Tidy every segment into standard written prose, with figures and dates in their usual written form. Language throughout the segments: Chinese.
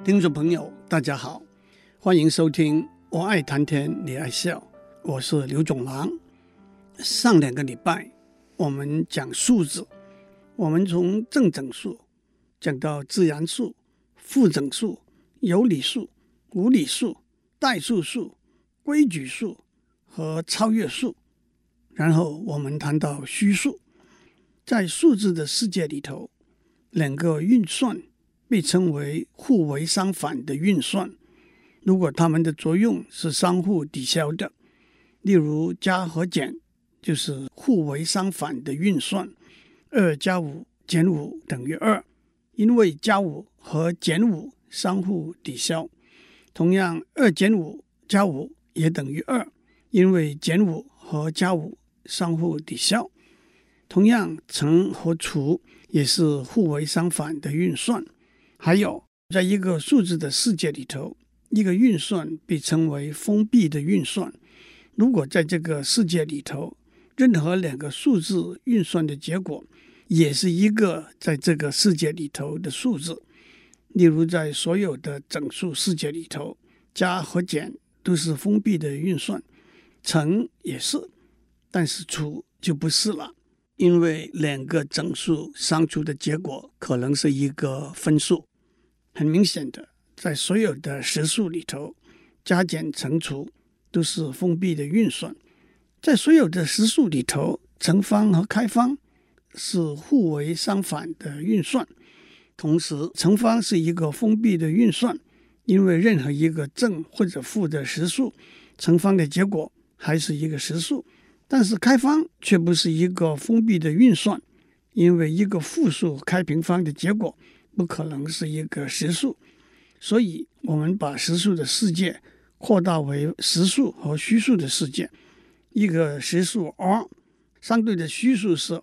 听众朋友大家好，欢迎收听我爱谈天你爱笑，我是刘总郎。上2个礼拜我们讲数字，我们从正整数讲到自然数、负整数、有理数、无理数、代数数、规矩数和超越数，然后我们谈到虚数。在数字的世界里头，两个运算被称为互为相反的运算，如果它们的作用是相互抵消的，例如加和减就是互为相反的运算，2加5减5等于2，因为加5和减5相互抵消。同样2减5加5也等于2，因为减5和加5相互抵消。同样乘和除也是互为相反的运算。还有，在一个数字的世界里头，一个运算被称为封闭的运算。如果在这个世界里头，任何2个数字运算的结果也是一个在这个世界里头的数字。例如在所有的整数世界里头，加和减都是封闭的运算，乘也是，但是除就不是了，因为2个整数相除的结果可能是一个分数。很明显的，在所有的实数里头，加减乘除都是封闭的运算。在所有的实数里头，乘方和开方是互为相反的运算。同时，乘方是一个封闭的运算，因为任何一个正或者负的实数，乘方的结果还是一个实数。但是开方却不是一个封闭的运算，因为一个负数开平方的结果不可能是一个实数。所以我们把实数的世界扩大为实数和虚数的世界。一个实数 r 相对的虚数是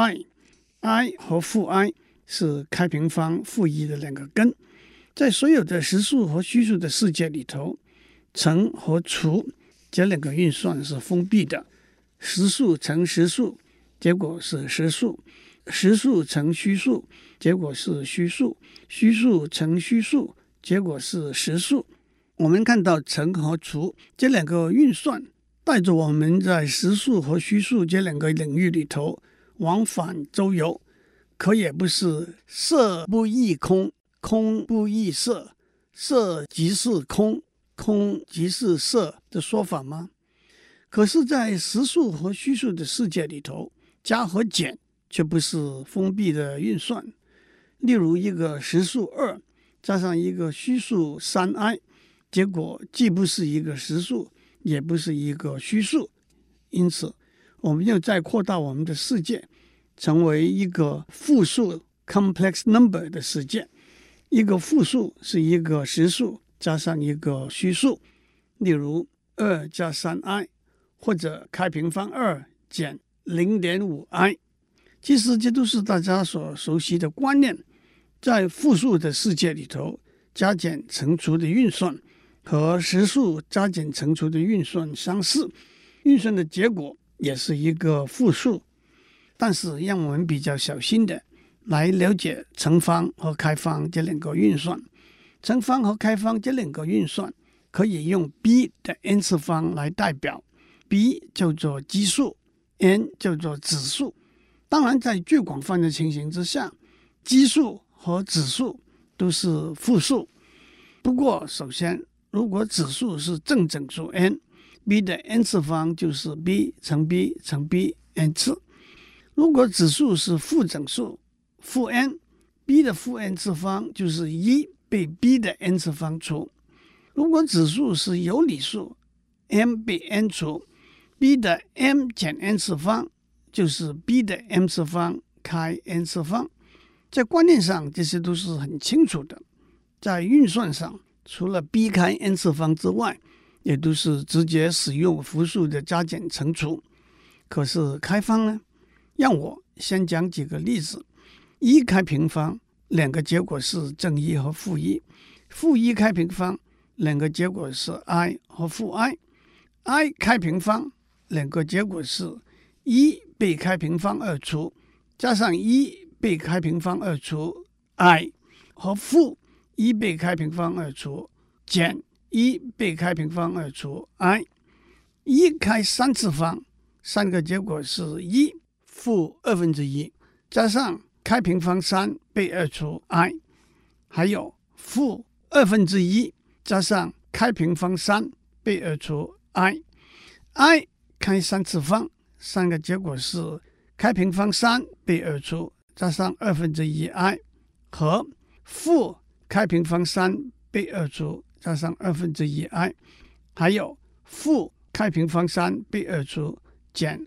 ri，i 和负 i 是开平方负1的2个根。在所有的实数和虚数的世界里头，乘和除这2个运算是封闭的。实数乘实数结果是实数，实数乘虚数结果是虚数，虚数乘虚数结果是实数。我们看到乘和除这2个运算带着我们在实数和虚数这2个领域里头往返周游，可也不是色不异空，空不异色，色即是空，空即是色的说法吗？可是在实数和虚数的世界里头，加和减却不是封闭的运算。例如一个实数2加上一个虚数 3i， 结果既不是一个实数，也不是一个虚数。因此我们又再扩大我们的世界，成为一个复数 complex number 的世界。一个复数是一个实数加上一个虚数，例如2加 3i，或者开平方2减 0.5i。 其实这都是大家所熟悉的观念。在复数的世界里头，加减乘除的运算和实数加减乘除的运算相似，运算的结果也是一个复数。但是让我们比较小心的来了解乘方和开方这2个运算。乘方和开方这2个运算可以用 b 的 n 次方来代表， b 叫做基数， n 叫做指数。当然在最广泛的情形之下，基数和指数都是复数。不过首先，如果指数是正整数 n， b 的 n 次方就是 b 乘 b 乘 b n 次。如果指数是负整数负 n， b 的负 n 次方就是1被 b 的 n 次方除。如果指数是有理数 m 被 n 除， b 的 m 减 n 次方就是 b 的 m 次方开 n 次方。在观念上这些都是很清楚的。在运算上，除了 b 开 n 次方之外，也都是直接使用复数的加减乘除。可是开方呢？让我先讲几个例子。1开平方2个结果是正1和负1，负1开平方2个结果是 i 和负 i，i 开平方2个结果是1被开平方2除加上1被开平方2除 i 和负 1被开平方2除减1被开平方2除 i。 1开3次方，3个结果是1负1/2加上开平方3被2除 i， 还有负1/2加上开平方3被2除 i。 i 开3次方，3个结果是开平方3被2除加上1/2i 和负开平方3被2除加上1/2i， 还有负开平方3被2除减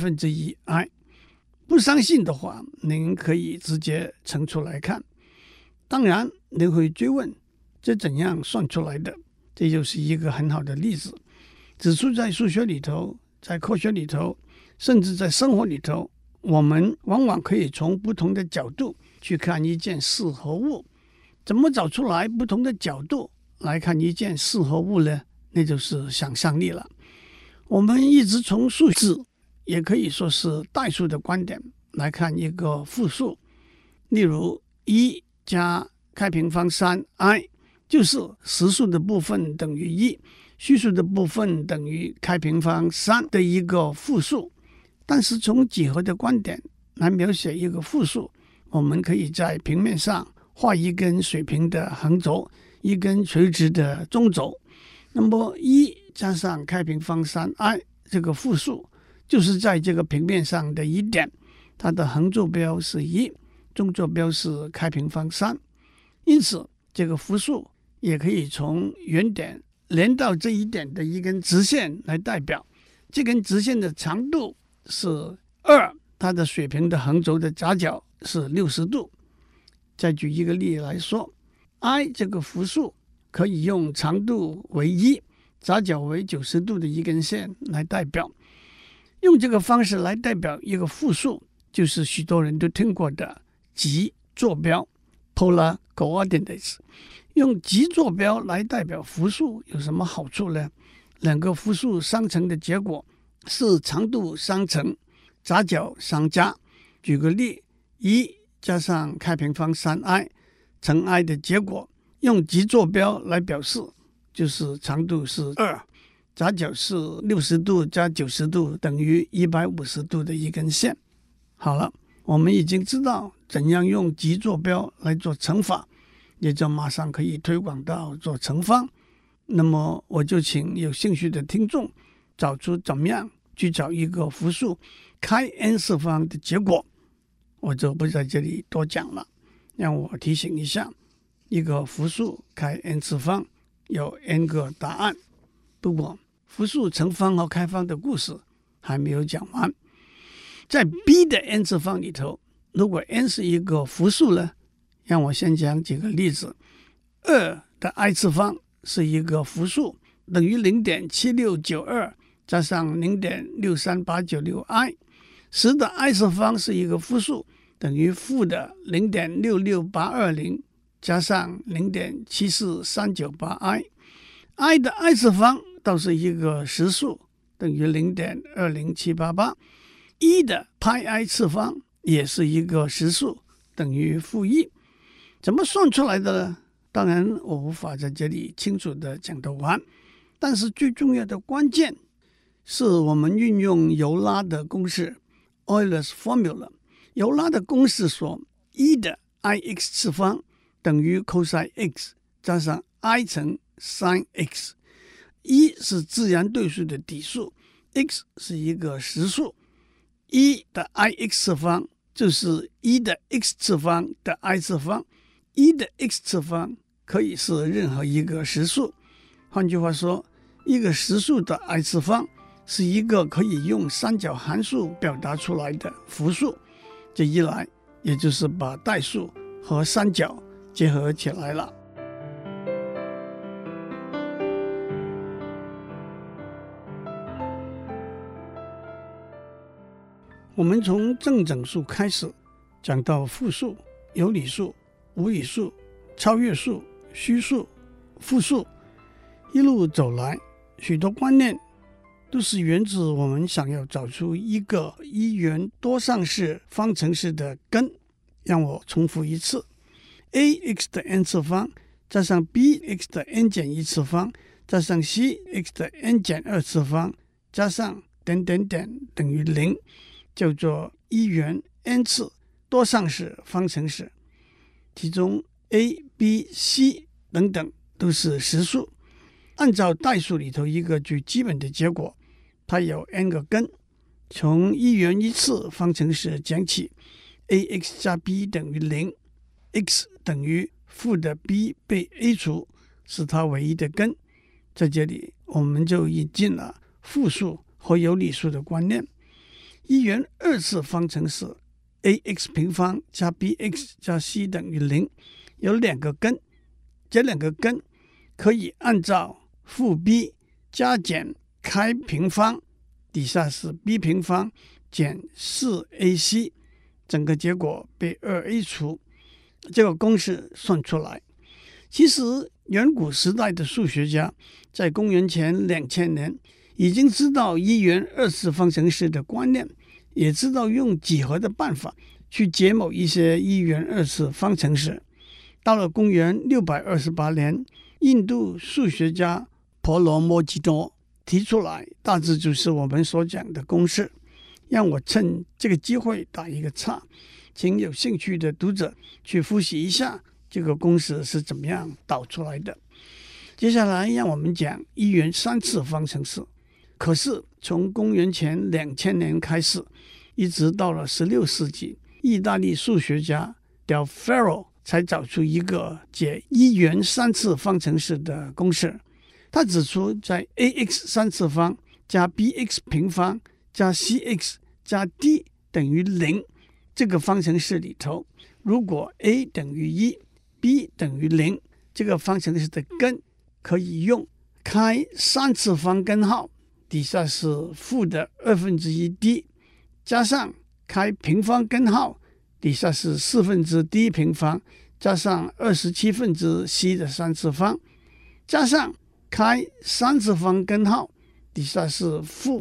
1/2i。 不相信的话，您可以直接乘出来看。当然您会追问，这怎样算出来的？这就是一个很好的例子，指出在数学里头，在科学里头，甚至在生活里头，我们往往可以从不同的角度去看一件事和物。怎么找出来不同的角度来看一件事和物呢？那就是想象力了。我们一直从数字，也可以说是代数的观点来看一个复数。例如1加开平方3i 就是实数的部分等于1，虚数的部分等于开平方3的一个复数。但是从几何的观点来描写一个复数，我们可以在平面上画一根水平的横轴，一根垂直的中轴。那么1加上开平方3i 这个复数就是在这个平面上的一点，它的横坐标是1，纵坐标是开平方3。因此这个复数也可以从原点连到这一点的一根直线来代表。这根直线的长度是2，它的水平的横轴的夹角是60度。再举一个例来说， i 这个复数可以用长度为1，夹角为90度的一根线来代表。用这个方式来代表一个复数，就是许多人都听过的极坐标 Polar Coordinates。 用极坐标来代表复数有什么好处呢？两个复数相乘的结果是长度相乘，夹角相加。举个例，1加上开平方3i 乘 i 的结果，用极坐标来表示，就是长度是2，夹角是60度加90度等于150度的一根线。好了，我们已经知道怎样用极坐标来做乘法，也就马上可以推广到做乘方。那么我就请有兴趣的听众找出怎么样去找一个复数开 n 次方的结果。我就不在这里多讲了，让我提醒一下，一个复数开 n 次方有 n 个答案。不过复数乘方和开方的故事还没有讲完。在 b 的 n 次方里头，如果 n 是一个复数呢，让我先讲几个例子。2的 i 次方是一个复数，等于 0.7692 加上 0.63896i。 10的 i 次方是一个复数，等于负的 0.66820 加上 0.74398i。 i 的 i 次方倒是一个实数，等于 0.20788。 1的派 i 次方也是一个实数，等于负1。怎么算出来的呢？当然我无法在这里清楚的讲得完，但是最重要的关键是我们运用尤拉的公式 Euler's Formula。 尤拉的公式说1的 ix 次方等于 cosine x 加上 i 乘 sin x。 1是自然对数的底数， x 是一个实数。1的 ix 次方就是1的 x 次方的 i 次方。1的 x 次方可以是任何一个实数。换句话说，一个实数的 i 次方是一个可以用三角函数表达出来的复数。这一来，也就是把代数和三角结合起来了。我们从正整数开始，讲到复数、有理数、无理数、超越数、虚数、复数，一路走来，许多观念都是源自我们想要找出一个一元多项式方程式的根。让我重复一次， ax 的 n 次方加上 bx 的 n 减1次方加上 cx 的 n 减2次方加上等于0，叫做一元 n 次多项式方程式。其中 a、b、c 等等都是实数。按照代数里头一个最基本的结果，它有 n 个根，从一元一次方程式讲起， ax 加 b 等于0， x 等于负的 b 被 a 除，是它唯一的根。在这里我们就引进了复数和有理数的观念。一元二次方程式 ax 平方加 bx 加 c 等于0，有2个根，这2个根可以按照负 b 加减开平方，底下是 b 平方减 4ac， 整个结果被 2a 除，这个公式算出来。其实远古时代的数学家在公元前2000年已经知道一元二次方程式的观念，也知道用几何的办法去解某一些一元二次方程式。到了公元628年，印度数学家婆罗摩吉多提出来，大致就是我们所讲的公式。让我趁这个机会打一个岔，请有兴趣的读者去复习一下这个公式是怎么样导出来的。接下来让我们讲一元三次方程式。可是从公元前2000年开始，一直到了16世纪，意大利数学家 Del Ferro 才找出一个解一元三次方程式的公式。他指出，在 ax 三次方加 bx 平方加 cx 加 d 等于0这个方程式里头，如果 a 等于1 b 等于0，这个方程式的根可以用开3次方根号，底下是负的1/2d，加上开平方根号，底下是4/d 平方，加上27/c 的3次方，加上开3次方根号，底下是负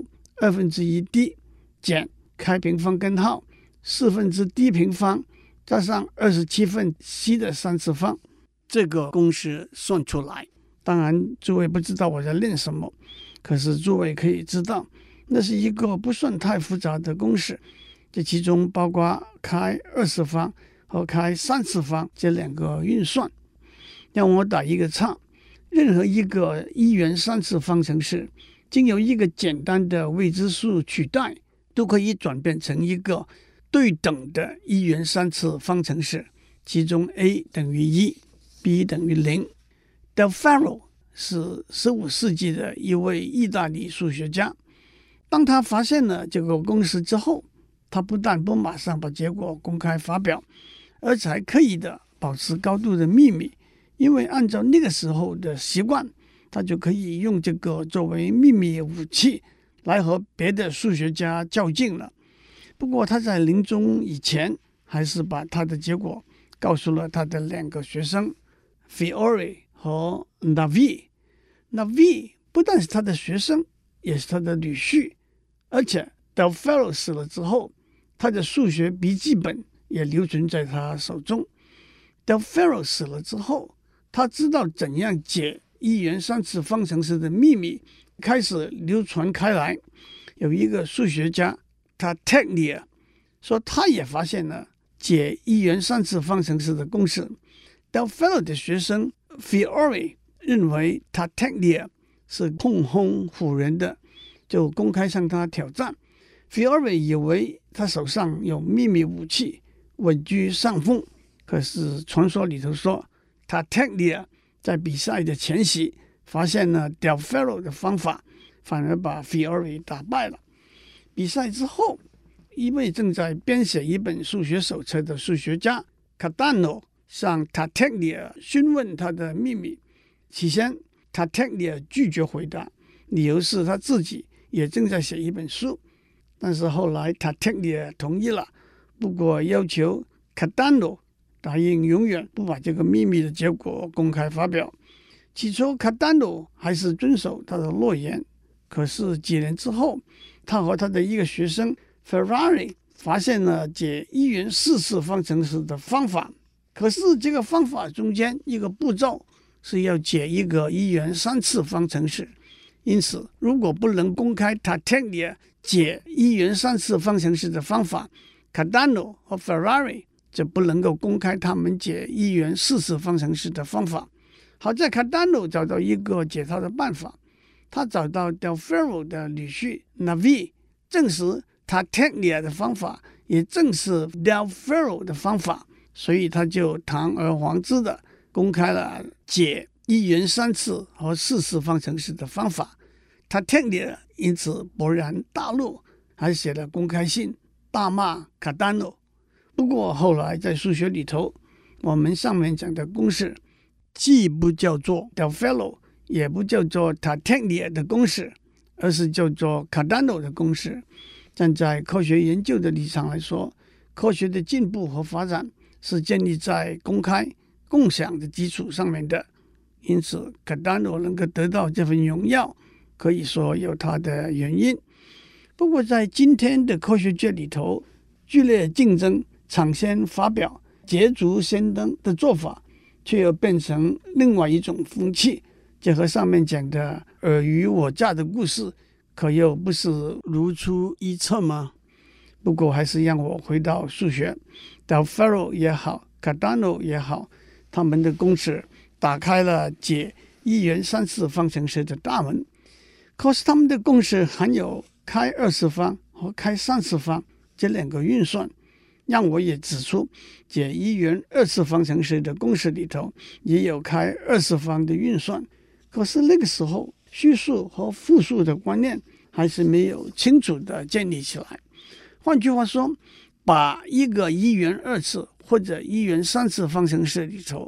1/d 减开平方根号4/d 平方，加上27/c 的3次方，这个公式算出来。当然诸位不知道我在练什么，可是诸位可以知道那是一个不算太复杂的公式，这其中包括开2次方和开3次方这2个运算。让我打一个岔，任何一个一元3次方程式经由一个简单的未知数取代，都可以转变成一个对等的一元3次方程式，其中 a 等于1 b 等于0。 Del Ferro 是15世纪的一位意大利数学家。当他发现了这个公式之后，他不但不马上把结果公开发表，而且还刻意的保持高度的秘密，因为按照那个时候的习惯，他就可以用这个作为秘密武器来和别的数学家较劲了。不过他在临终以前，还是把他的结果告诉了他的2个学生 Fiore 和 Navier。 不但是他的学生，也是他的女婿，而且 Del Ferro 死了之后，他的数学笔记本也留存在他手中。Del Ferro 死了之后，他知道怎样解一元3次方程式的秘密开始流传开来。有一个数学家Tartaglia 说，他也发现了解一元3次方程式的公式。Del Ferro 的学生 Fiore 认为 Tartaglia 是控轰唬人的，就公开向他挑战。Fiore 以为他手上有秘密武器，稳居上风。可是传说里头说， Tartaglia 在比赛的前夕发现了 Del Ferro 的方法，反而把 Fiore 打败了。比赛之后，一位正在编写一本数学手册的数学家 Cardano 向 Tartaglia 询问他的秘密。起先 Tartaglia 拒绝回答，理由是他自己也正在写一本书。但是后来 Tartaglia 同意了，不过要求 Cardano 答应永远不把这个秘密的结果公开发表。起初 Cardano 还是遵守他的诺言，可是几年之后，他和他的一个学生 Ferrari 发现了解一元4次方程式的方法， 可是这个方法中间一个步骤是要解一个一元三次方程式，因此如果不能公开 Tartaglia 解一元三次方程式的方法， Cardano 和 Ferrari 就不能够公开他们解一元四次方程式的方法。好在 Cardano 找到一个解套的办法，他找到 Del Ferro 的女婿 Navi 证实 Tartaglia 的方法，也正是 Del Ferro 的方法，所以他就堂而皇之的公开了解一元三次和四次方程式的方法。Tartaglia 因此勃然大怒，还写了公开信大骂 Cardano。 不过后来在数学里头，我们上面讲的公式既不叫做 Del Ferro， 也不叫做 Tartaglia 的公式，而是叫做 Cardano 的公式。站在科学研究的立场来说，科学的进步和发展是建立在公开共享的基础上面的，因此 Cardano 能够得到这份荣耀，可以说有它的原因。不过在今天的科学界里头，剧烈竞争、抢先发表、捷足先登的做法却又变成另外一种风气，这和上面讲的尔虞我诈的故事可又不是如出一辙吗？不过还是让我回到数学， Del Ferro 也好， Cardano 也好，他们的公式打开了解一元三次方程式的大门。可是他们的公式含有开二次方和开三次方这两个运算，让我也指出解一元二次方程式的公式里头也有开二次方的运算。可是那个时候虚数和复数的观念还是没有清楚的建立起来。换句话说，把一个一元二次或者一元三次方程式里头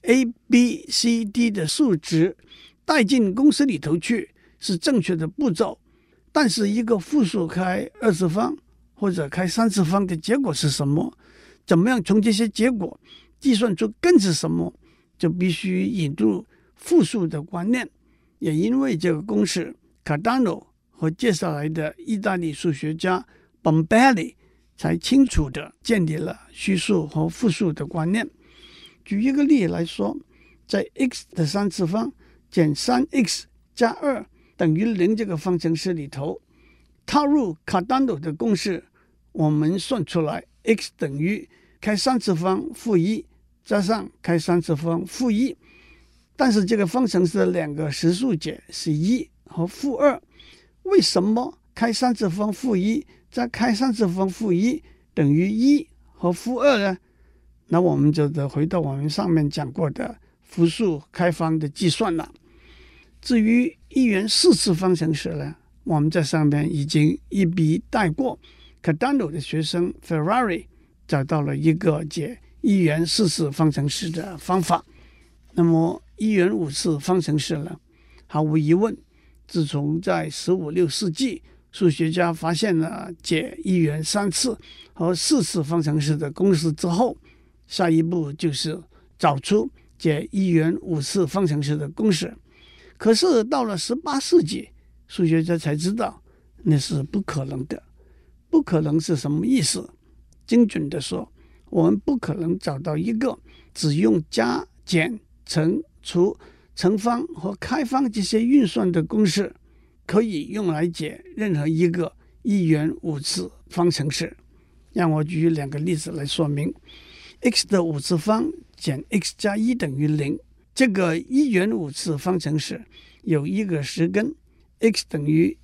A、B、C、D 的数值带进公式里头去是正确的步骤，但是一个复数开二次方或者开三次方的结果是什么？怎么样从这些结果计算出根是什么？就必须引入复数的观念。也因为这个公式 Cardano 和接下来的意大利数学家 Bombelli 才清楚地建立了虚数和复数的观念。举一个例来说，在 x 的三次方减 3x 加2等于0这个方程式里头，套入 Cardano 的公式，我们算出来 x 等于开三次方负1加上开三次方负1，但是这个方程式的两个实数解是1和负2。为什么开三次方负1加开三次方负1等于1和负2呢？那我们就得回到我们上面讲过的复数开方的计算了。至于一元四次方程式呢，我们在上面已经一笔带过。Cardano 的学生 Ferrari 找到了一个解一元四次方程式的方法。那么一元五次方程式呢，毫无疑问，自从在15、16世纪数学家发现了解一元三次和四次方程式的公式之后，下一步就是找出解一元五次方程式的公式。可是到了18世纪，数学家才知道那是不可能的。不可能是什么意思？精准的说，我们不可能找到一个只用加、减、乘、除、乘方和开方这些运算的公式可以用来解任何一个一元五次方程式。让我举两个例子来说明。x 的五次方减 x 加1等于0，这个一元五次方程式有一个实根 x 等于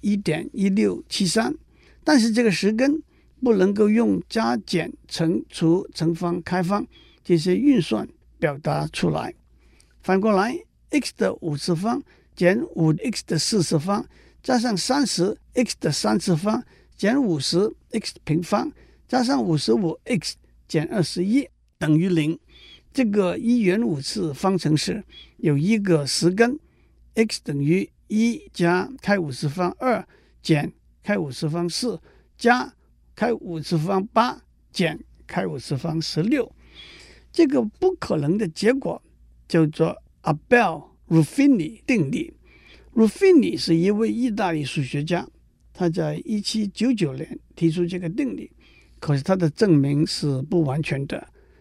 1.1673， 但是这个实根不能够用加、减、乘、除、乘方、开方这些运算表达出来。反过来 x 的五次方减 5x 的四次方加上 30x 的三次方减 50x 平方加上 55x 减21等于0，这个一元五次方程式有一个实根 x 等于1加开5次方2减开5次方4加开5次方8减开5次方16。这个不可能的结果叫做 Abel-Ruffini 定理。Ruffini 是一位意大利数学家，他在1799年提出这个定理，可是他的证明是不完全的。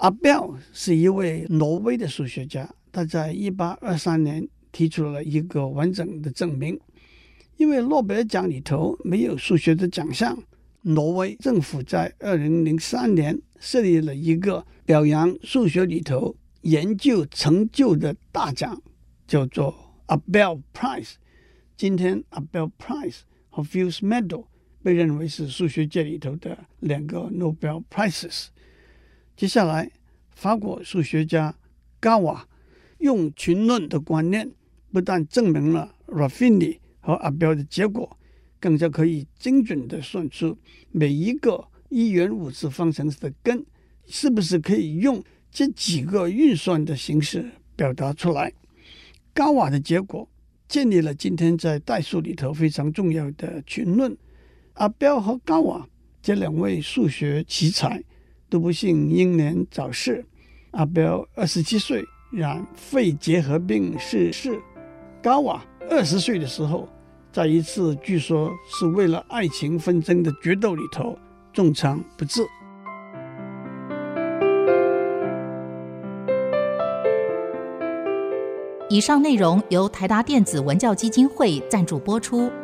阿彪是一位挪威的数学家，他在1823年提出了一个完整的证明。因为诺贝尔奖里头没有数学的奖项，挪威政府在2003年设立了一个表扬数学里头研究成就的大奖，叫做 Abel Prize。 今天 Abel Prize 和 Fields Medal 被认为是数学界里头的2个 Nobel Prizes。 接下来法国数学家高瓦用群论的观念，不但证明了 Raffini 和 Abel 的结果，更加可以精准地算出每一个一元五次方程式的根是不是可以用这几个运算的形式表达出来。高瓦的结果建立了今天在代数里头非常重要的群论。阿彪和高瓦这2位数学奇才都不幸英年早逝。阿彪27岁染肺结核病逝世，高瓦20岁的时候，在一次据说是为了爱情纷争的决斗里头中枪不治。 以上内容由台达电子文教基金会赞助播出。